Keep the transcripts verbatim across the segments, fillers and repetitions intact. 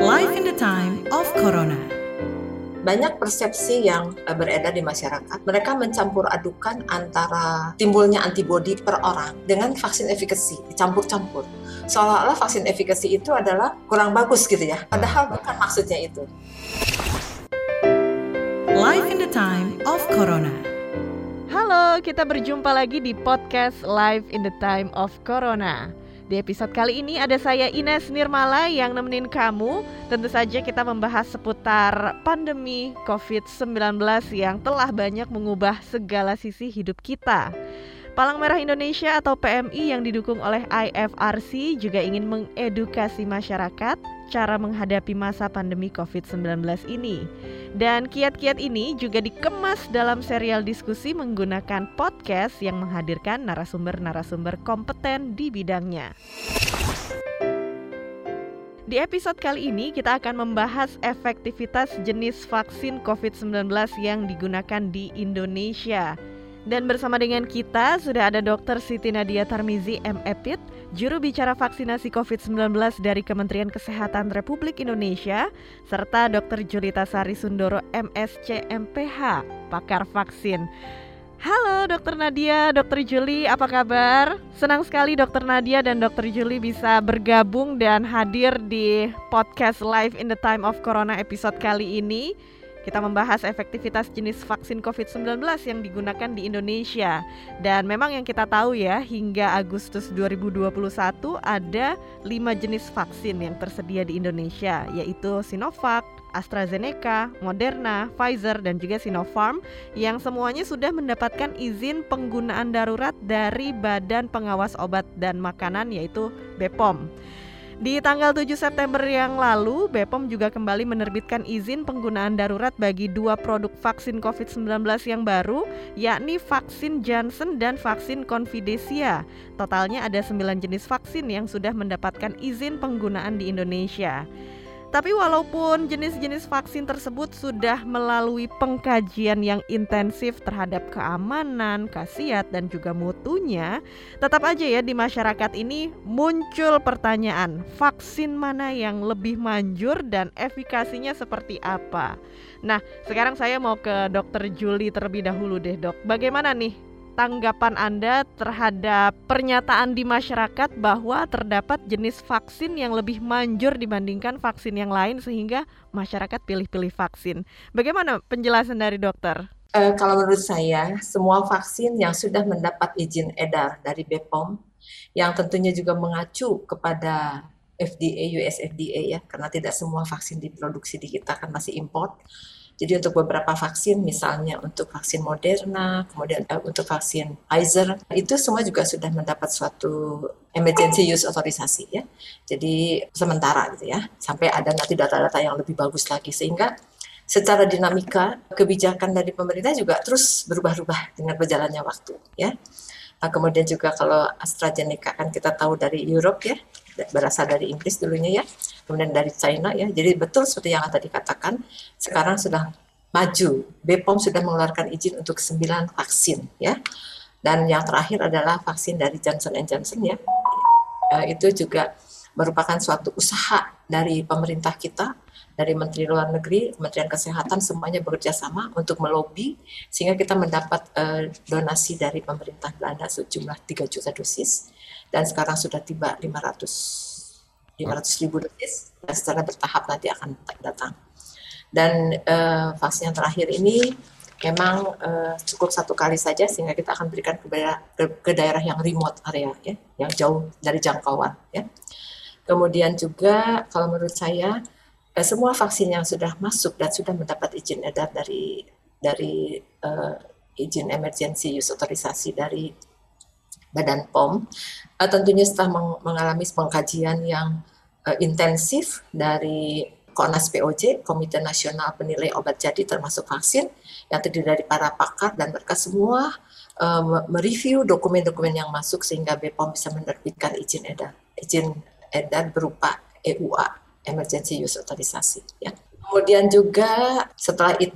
Life in the time of Corona. Banyak persepsi yang beredar di masyarakat. Mereka mencampur adukan antara timbulnya antibodi per orang dengan vaksin efikasi, dicampur-campur. Seolah-olah vaksin efikasi itu adalah kurang bagus gitu ya. Padahal bukan maksudnya itu. Life in the time of Corona. Halo, kita berjumpa lagi di podcast Life in the Time of Corona. Di episode kali ini ada saya Ines Nirmala yang nemenin kamu. Tentu saja kita membahas seputar pandemi covid sembilan belas yang telah banyak mengubah segala sisi hidup kita. Palang Merah Indonesia atau P M I yang didukung oleh I F R C juga ingin mengedukasi masyarakat cara menghadapi masa pandemi covid sembilan belas ini. Dan kiat-kiat ini juga dikemas dalam serial diskusi menggunakan podcast yang menghadirkan narasumber-narasumber kompeten di bidangnya. Di episode kali ini kita akan membahas efektivitas jenis vaksin covid sembilan belas yang digunakan di Indonesia. Dan bersama dengan kita sudah ada Dokter Siti Nadia Tarmizi M Epid, juru bicara vaksinasi covid sembilan belas dari Kementerian Kesehatan Republik Indonesia, serta Dokter Julita Sari Sundoro M S C M P H, pakar vaksin. Halo Dokter Nadia, Dokter Juli, apa kabar? Senang sekali Dokter Nadia dan Dokter Juli bisa bergabung dan hadir di podcast Live in the Time of Corona episode kali ini. Kita membahas efektivitas jenis vaksin covid sembilan belas yang digunakan di Indonesia. Dan memang yang kita tahu ya, hingga Agustus dua ribu dua puluh satu ada lima jenis vaksin yang tersedia di Indonesia, yaitu Sinovac, AstraZeneca, Moderna, Pfizer, dan juga Sinopharm, yang semuanya sudah mendapatkan izin penggunaan darurat dari Badan Pengawas Obat dan Makanan, yaitu B P O M. Di tanggal tujuh September yang lalu, B P O M juga kembali menerbitkan izin penggunaan darurat bagi dua produk vaksin covid sembilan belas yang baru, yakni vaksin Janssen dan vaksin Confidesia. Totalnya ada sembilan jenis vaksin yang sudah mendapatkan izin penggunaan di Indonesia. Tapi walaupun jenis-jenis vaksin tersebut sudah melalui pengkajian yang intensif terhadap keamanan, khasiat, dan juga mutunya, tetap aja ya di masyarakat ini muncul pertanyaan, vaksin mana yang lebih manjur dan efikasinya seperti apa? Nah, sekarang saya mau ke Dokter Juli terlebih dahulu deh, Dok. Bagaimana nih tanggapan Anda terhadap pernyataan di masyarakat bahwa terdapat jenis vaksin yang lebih manjur dibandingkan vaksin yang lain sehingga masyarakat pilih-pilih vaksin? Bagaimana penjelasan dari dokter? Uh, kalau menurut saya, semua vaksin yang sudah mendapat izin edar dari B P O M, yang tentunya juga mengacu kepada F D A, U S F D A ya, karena tidak semua vaksin diproduksi di kita kan masih import. Jadi untuk beberapa vaksin, misalnya untuk vaksin Moderna, kemudian uh, untuk vaksin Pfizer, itu semua juga sudah mendapat suatu emergency use authorization ya. Jadi sementara gitu ya, sampai ada nanti data-data yang lebih bagus lagi. Sehingga secara dinamika kebijakan dari pemerintah juga terus berubah-ubah dengan berjalannya waktu ya. Nah, kemudian juga kalau AstraZeneca kan kita tahu dari Europe ya, berasal dari Inggris dulunya ya, kemudian dari China ya. Jadi betul seperti yang tadi katakan, sekarang sudah maju. B P O M sudah mengeluarkan izin untuk sembilan vaksin ya. Dan yang terakhir adalah vaksin dari Johnson and Johnson ya. E, itu juga merupakan suatu usaha dari pemerintah kita, dari Menteri Luar Negeri, Kementerian Kesehatan, semuanya bekerja sama untuk melobi sehingga kita mendapat uh, donasi dari pemerintah Belanda sejumlah tiga juta dosis dan sekarang sudah tiba lima ratus ribu dosis dan secara bertahap nanti akan datang. Dan uh, vaksin yang terakhir ini memang uh, cukup satu kali saja sehingga kita akan berikan ke daerah, ke, ke daerah yang remote area ya, yang jauh dari jangkauan ya. Kemudian juga kalau menurut saya eh, semua vaksin yang sudah masuk dan sudah mendapat izin edar dari dari uh, izin emergency use authorization dari Badan P O M, uh, tentunya setelah meng- mengalami pengkajian yang uh, intensif dari Konas P O J, Komite Nasional Penilai Obat Jadi termasuk vaksin, yang terdiri dari para pakar dan mereka semua uh, mereview dokumen-dokumen yang masuk sehingga B P O M bisa menerbitkan izin edar, izin edar berupa E U A, Emergency Use Authorization. Ya. Kemudian juga setelah itu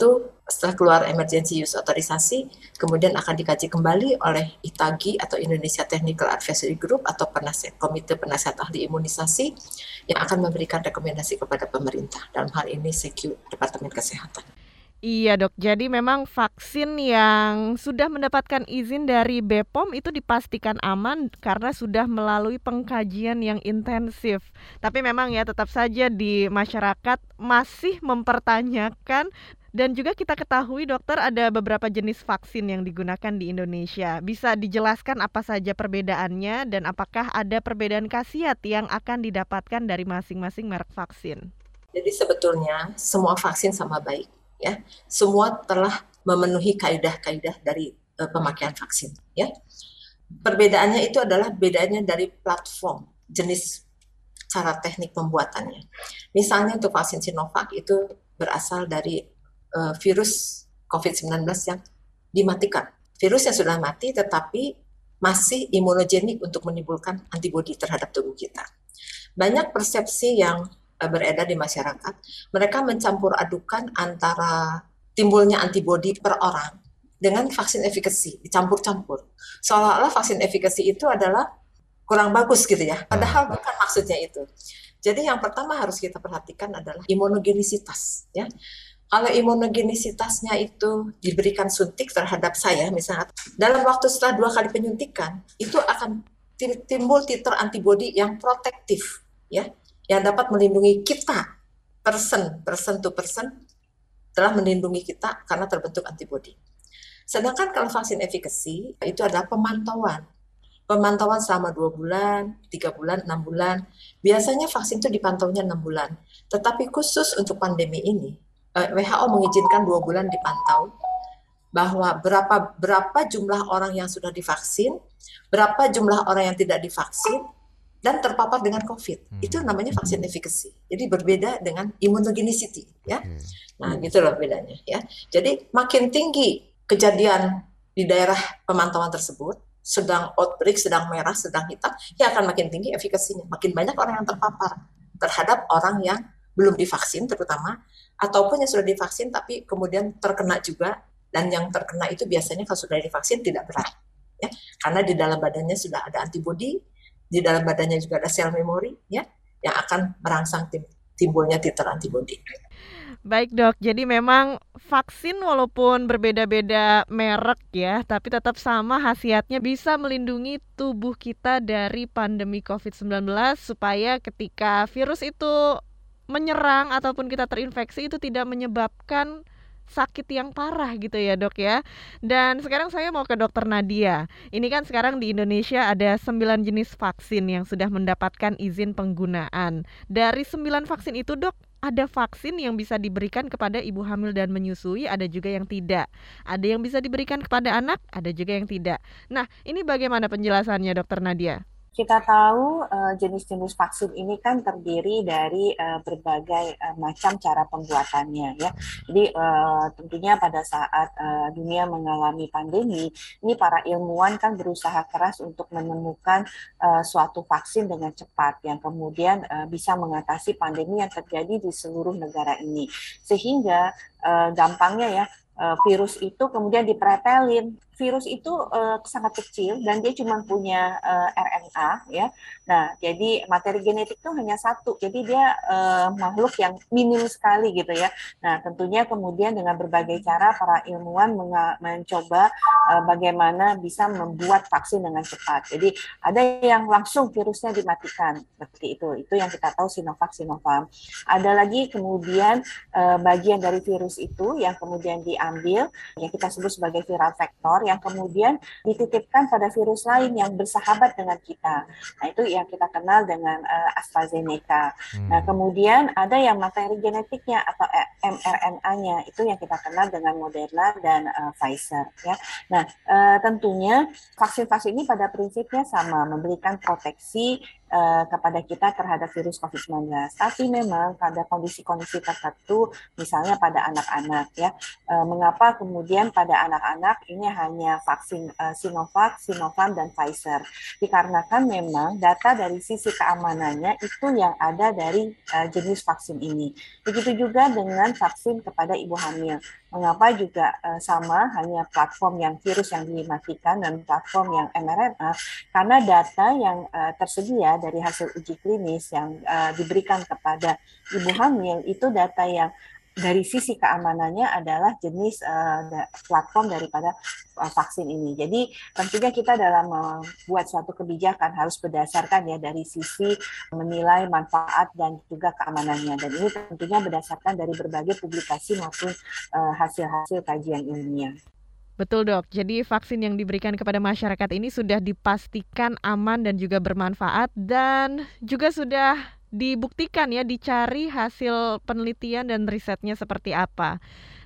setelah keluar emergency use authorization, kemudian akan dikaji kembali oleh I T A G I atau Indonesia Technical Advisory Group atau penasihat, komite penasihat ahli imunisasi yang akan memberikan rekomendasi kepada pemerintah. Dalam hal ini C Q Departemen Kesehatan. Iya dok, jadi memang vaksin yang sudah mendapatkan izin dari B P O M itu dipastikan aman karena sudah melalui pengkajian yang intensif. Tapi memang ya tetap saja di masyarakat masih mempertanyakan. Dan juga kita ketahui dokter ada beberapa jenis vaksin yang digunakan di Indonesia. Bisa dijelaskan apa saja perbedaannya dan apakah ada perbedaan khasiat yang akan didapatkan dari masing-masing merek vaksin? Jadi sebetulnya semua vaksin sama baik, ya. Semua telah memenuhi kaidah-kaidah dari uh, pemakaian vaksin, ya. Perbedaannya itu adalah bedanya dari platform, jenis cara teknik pembuatannya. Misalnya untuk vaksin Sinovac itu berasal dari virus covid sembilan belas yang dimatikan. Virusnya sudah mati tetapi masih imunogenik untuk menimbulkan antibodi terhadap tubuh kita. Banyak persepsi yang beredar di masyarakat, mereka mencampur adukan antara timbulnya antibodi per orang dengan vaksin efikasi, dicampur-campur. Seolah-olah vaksin efikasi itu adalah kurang bagus gitu ya, padahal bukan maksudnya itu. Jadi yang pertama harus kita perhatikan adalah imunogenisitas, ya. Kalau imunogenisitasnya itu diberikan suntik terhadap saya, misalnya dalam waktu setelah dua kali penyuntikan, itu akan timbul titer antibodi yang protektif, ya, yang dapat melindungi kita, person, person to person, telah melindungi kita karena terbentuk antibodi. Sedangkan kalau vaksin efikasi, itu adalah pemantauan. Pemantauan selama dua bulan, tiga bulan, enam bulan. Biasanya vaksin itu dipantaunya enam bulan. Tetapi khusus untuk pandemi ini, W H O mengizinkan dua bulan dipantau bahwa berapa berapa jumlah orang yang sudah divaksin, berapa jumlah orang yang tidak divaksin dan terpapar dengan COVID. Hmm. Itu namanya vaksin efikasi. Jadi berbeda dengan immunogenicity, ya. Hmm. Nah, gitu loh bedanya, ya. Jadi makin tinggi kejadian di daerah pemantauan tersebut, sedang outbreak, sedang merah, sedang hitam, ya akan makin tinggi efikasinya. Makin banyak orang yang terpapar terhadap orang yang belum divaksin terutama, ataupun yang sudah divaksin tapi kemudian terkena juga, dan yang terkena itu biasanya kalau sudah divaksin tidak berat, ya, karena di dalam badannya sudah ada antibodi, di dalam badannya juga ada sel memori, ya, yang akan merangsang tim, timbulnya titer antibodi. Baik dok, jadi memang vaksin walaupun berbeda-beda merek ya, tapi tetap sama khasiatnya bisa melindungi tubuh kita dari pandemi covid sembilan belas supaya ketika virus itu menyerang ataupun kita terinfeksi itu tidak menyebabkan sakit yang parah gitu ya dok ya. Dan sekarang saya mau ke dokter Nadia. Ini kan sekarang di Indonesia ada sembilan jenis vaksin yang sudah mendapatkan izin penggunaan. Dari sembilan vaksin itu dok, ada vaksin yang bisa diberikan kepada ibu hamil dan menyusui, ada juga yang tidak. Ada yang bisa diberikan kepada anak, ada juga yang tidak. Nah, ini bagaimana penjelasannya dokter Nadia? Kita tahu uh, jenis-jenis vaksin ini kan terdiri dari uh, berbagai uh, macam cara pembuatannya, ya. Jadi uh, tentunya pada saat uh, dunia mengalami pandemi, ini para ilmuwan kan berusaha keras untuk menemukan uh, suatu vaksin dengan cepat yang kemudian uh, bisa mengatasi pandemi yang terjadi di seluruh negara ini. Sehingga uh, gampangnya ya, uh, virus itu kemudian dipretelin. Virus itu uh, sangat kecil dan dia cuma punya uh, R N A, ya. Nah, jadi materi genetik itu hanya satu. Jadi dia uh, makhluk yang minim sekali gitu ya. Nah, tentunya kemudian dengan berbagai cara para ilmuwan menga- mencoba uh, bagaimana bisa membuat vaksin dengan cepat. Jadi ada yang langsung virusnya dimatikan seperti itu. Itu yang kita tahu Sinovac, Sinovac. Ada lagi kemudian uh, bagian dari virus itu yang kemudian diambil yang kita sebut sebagai viral vektor yang kemudian dititipkan pada virus lain yang bersahabat dengan kita. Nah, itu yang kita kenal dengan uh, AstraZeneca. Hmm. Nah, kemudian ada yang materi genetiknya atau m R N A-nya, itu yang kita kenal dengan Moderna dan uh, Pfizer, ya. Nah, uh, tentunya vaksin-vaksin ini pada prinsipnya sama, memberikan proteksi uh, kepada kita terhadap virus covid sembilan belas. Tapi memang pada kondisi-kondisi tertentu, misalnya pada anak-anak ya, uh, mengapa kemudian pada anak-anak ini hanya vaksin uh, Sinovac, Sinovac dan Pfizer? Dikarenakan memang data dari sisi keamanannya itu yang ada dari uh, jenis vaksin ini. Begitu juga dengan vaksin kepada ibu hamil. Mengapa juga uh, sama, hanya platform yang virus yang dimatikan dan platform yang M R N A, karena data yang uh, tersedia dari hasil uji klinis yang uh, diberikan kepada ibu hamil itu data yang dari sisi keamanannya adalah jenis uh, platform daripada uh, vaksin ini. Jadi tentunya kita dalam membuat suatu kebijakan harus berdasarkan ya dari sisi menilai manfaat dan juga keamanannya. Dan ini tentunya berdasarkan dari berbagai publikasi maupun uh, hasil-hasil kajian ilmiah. Betul dok, jadi vaksin yang diberikan kepada masyarakat ini sudah dipastikan aman dan juga bermanfaat dan juga sudah dibuktikan ya, dicari hasil penelitian dan risetnya seperti apa.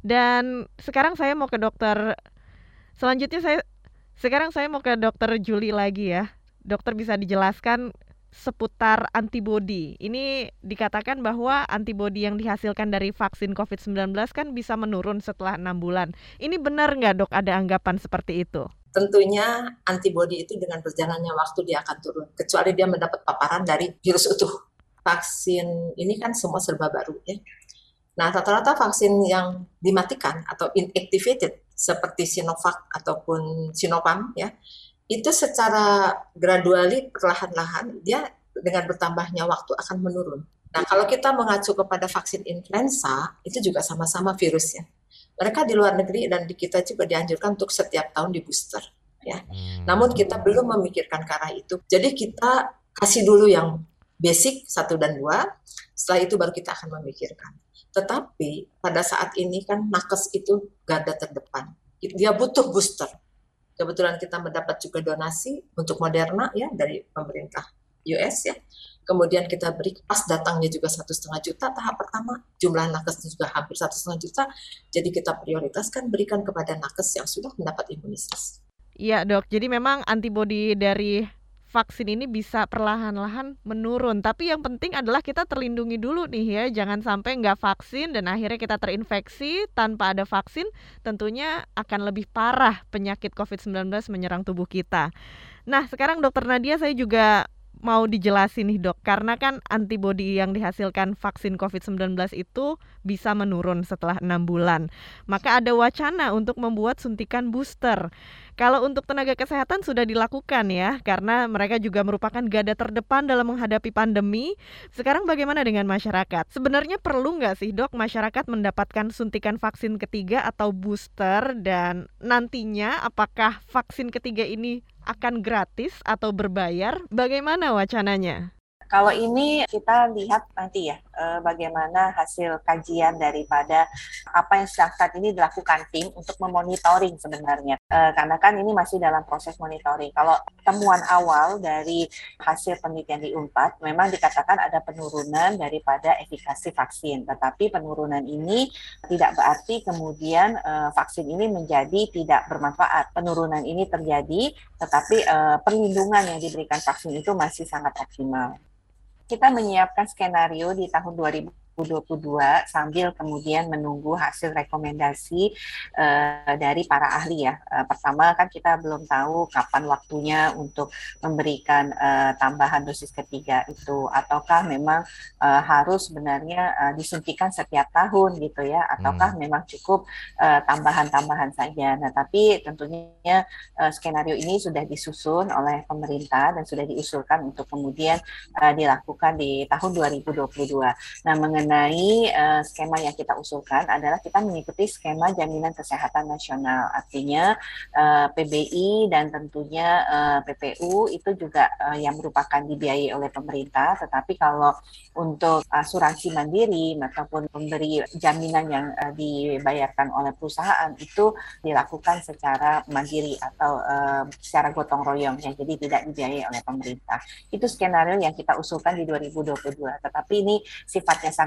Dan sekarang saya mau ke dokter, selanjutnya saya sekarang saya mau ke dokter Julie lagi ya. Dokter bisa dijelaskan seputar antibodi. Ini dikatakan bahwa antibodi yang dihasilkan dari vaksin covid sembilan belas kan bisa menurun setelah enam bulan. Ini benar nggak dok, ada anggapan seperti itu? Tentunya antibodi itu dengan berjalannya waktu dia akan turun, kecuali dia mendapat paparan dari virus utuh. Vaksin ini kan semua serba baru ya. Nah, rata-rata vaksin yang dimatikan atau inactivated seperti Sinovac ataupun Sinopharm ya, itu secara gradually perlahan-lahan dia dengan bertambahnya waktu akan menurun. Nah, kalau kita mengacu kepada vaksin influenza, itu juga sama-sama virus ya. Mereka di luar negeri dan di kita juga dianjurkan untuk setiap tahun di booster ya. Namun kita belum memikirkan ke arah itu. Jadi kita kasih dulu yang basic satu dan dua, setelah itu baru kita akan memikirkan. Tetapi pada saat ini kan nakes itu garda terdepan. Dia butuh booster. Kebetulan kita mendapat juga donasi untuk Moderna ya dari pemerintah U S ya. Kemudian kita beri, pas datangnya juga satu setengah juta tahap pertama, jumlah nakes juga hampir satu setengah juta. Jadi kita prioritaskan berikan kepada nakes yang sudah mendapat imunisasi. Iya dok, jadi memang antibodi dari vaksin ini bisa perlahan-lahan menurun. Tapi yang penting adalah kita terlindungi dulu nih ya. Jangan sampai nggak vaksin dan akhirnya kita terinfeksi tanpa ada vaksin. Tentunya akan lebih parah penyakit covid sembilan belas menyerang tubuh kita. Nah sekarang dokter Nadia saya juga mau dijelasin nih dok. Karena kan antibodi yang dihasilkan vaksin covid sembilan belas itu bisa menurun setelah enam bulan. Maka ada wacana untuk membuat suntikan booster. Kalau untuk tenaga kesehatan sudah dilakukan ya, karena mereka juga merupakan garda terdepan dalam menghadapi pandemi. Sekarang bagaimana dengan masyarakat? Sebenarnya perlu nggak sih dok masyarakat mendapatkan suntikan vaksin ketiga atau booster? Dan nantinya apakah vaksin ketiga ini akan gratis atau berbayar? Bagaimana wacananya? Kalau ini kita lihat nanti ya bagaimana hasil kajian daripada apa yang saat ini dilakukan tim untuk memonitoring sebenarnya. Karena kan ini masih dalam proses monitoring. Kalau temuan awal dari hasil penelitian di Unpad memang dikatakan ada penurunan daripada efikasi vaksin. Tetapi penurunan ini tidak berarti kemudian vaksin ini menjadi tidak bermanfaat. Penurunan ini terjadi tetapi perlindungan yang diberikan vaksin itu masih sangat optimal. Kita menyiapkan skenario di tahun dua ribu dua puluh dua sambil kemudian menunggu hasil rekomendasi uh, dari para ahli ya. Uh, pertama kan kita belum tahu kapan waktunya untuk memberikan uh, tambahan dosis ketiga itu, ataukah memang uh, harus sebenarnya uh, disuntikan setiap tahun gitu ya, ataukah hmm. memang cukup uh, tambahan-tambahan saja. Nah tapi tentunya uh, skenario ini sudah disusun oleh pemerintah dan sudah diusulkan untuk kemudian uh, dilakukan di tahun dua ribu dua puluh dua. Nah mengenai Mengenai uh, skema yang kita usulkan adalah kita mengikuti skema jaminan kesehatan nasional, artinya uh, P B I dan tentunya uh, P P U itu juga uh, yang merupakan dibiayai oleh pemerintah, tetapi kalau untuk asuransi mandiri ataupun pemberi jaminan yang uh, dibayarkan oleh perusahaan itu dilakukan secara mandiri atau uh, secara gotong royong ya, jadi tidak dibiayai oleh pemerintah. Itu skenario yang kita usulkan di dua ribu dua puluh dua, tetapi ini sifatnya sangat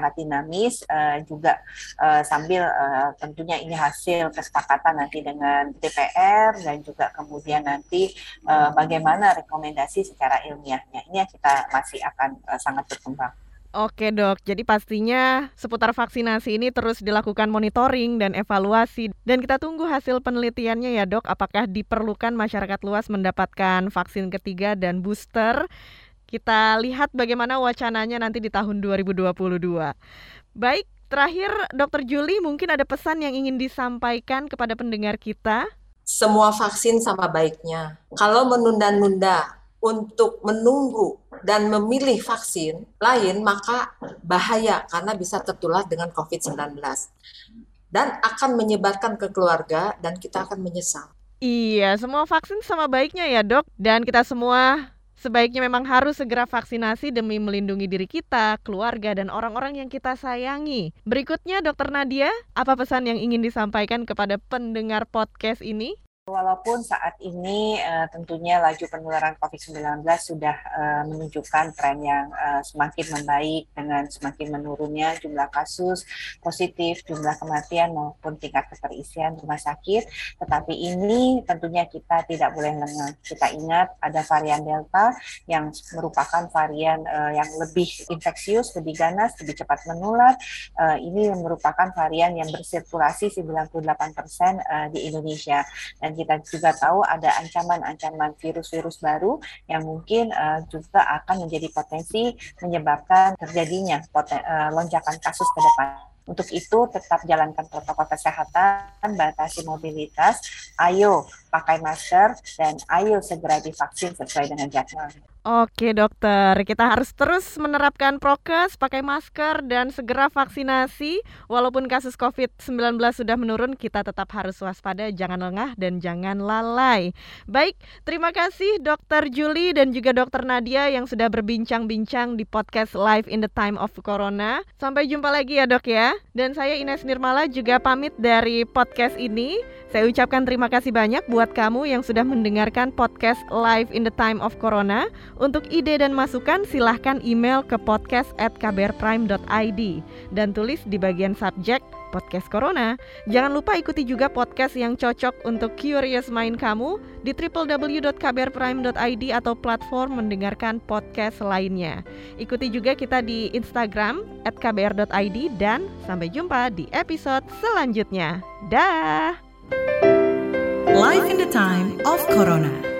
sangat dinamis, uh, juga uh, sambil uh, tentunya ini hasil kesepakatan nanti dengan D P R dan juga kemudian nanti uh, bagaimana rekomendasi secara ilmiahnya. Ini yang kita masih akan uh, sangat berkembang. Oke dok, jadi pastinya seputar vaksinasi ini terus dilakukan monitoring dan evaluasi. Dan kita tunggu hasil penelitiannya ya dok, apakah diperlukan masyarakat luas mendapatkan vaksin ketiga dan booster. Kita lihat bagaimana wacananya nanti di tahun dua ribu dua puluh dua. Baik, terakhir dokter Julie, mungkin ada pesan yang ingin disampaikan kepada pendengar kita? Semua vaksin sama baiknya. Kalau menunda-nunda untuk menunggu dan memilih vaksin lain, maka bahaya karena bisa tertular dengan covid sembilan belas dan akan menyebarkan ke keluarga dan kita akan menyesal. Iya, semua vaksin sama baiknya ya dok, dan kita semua sebaiknya memang harus segera vaksinasi demi melindungi diri kita, keluarga, dan orang-orang yang kita sayangi. Berikutnya dokter Nadia, apa pesan yang ingin disampaikan kepada pendengar podcast ini? Walaupun saat ini uh, tentunya laju penularan covid sembilan belas sudah uh, menunjukkan tren yang uh, semakin membaik dengan semakin menurunnya jumlah kasus positif, jumlah kematian maupun tingkat keterisian rumah sakit, tetapi ini tentunya kita tidak boleh lengah. Kita ingat ada varian Delta yang merupakan varian uh, yang lebih infeksius, lebih ganas, lebih cepat menular. Uh, ini merupakan varian yang bersirkulasi sembilan puluh delapan persen uh, di Indonesia. Dan kita juga tahu ada ancaman-ancaman virus-virus baru yang mungkin uh, juga akan menjadi potensi menyebabkan terjadinya poten, uh, lonjakan kasus ke depan. Untuk itu tetap jalankan protokol kesehatan, batasi mobilitas, ayo pakai masker, dan ayo segera divaksin sesuai dengan jadwal. Oke dokter, kita harus terus menerapkan prokes, pakai masker, dan segera vaksinasi. Walaupun kasus covid sembilan belas sudah menurun, kita tetap harus waspada, jangan lengah, dan jangan lalai. Baik, terima kasih dokter Julie dan juga dokter Nadia yang sudah berbincang-bincang di podcast Live in the Time of Corona. Sampai jumpa lagi ya dok ya. Dan saya Ines Nirmala juga pamit dari podcast ini. Saya ucapkan terima kasih banyak buat kamu yang sudah mendengarkan podcast Live in the Time of Corona. Untuk ide dan masukan silahkan email ke podcast at k b r prime dot i d dan tulis di bagian subjek podcast Corona. Jangan lupa ikuti juga podcast yang cocok untuk curious mind kamu di w w w dot k b r prime dot i d atau platform mendengarkan podcast lainnya. Ikuti juga kita di Instagram at k b r dot i d dan sampai jumpa di episode selanjutnya. Dah. Live in the Time of Corona.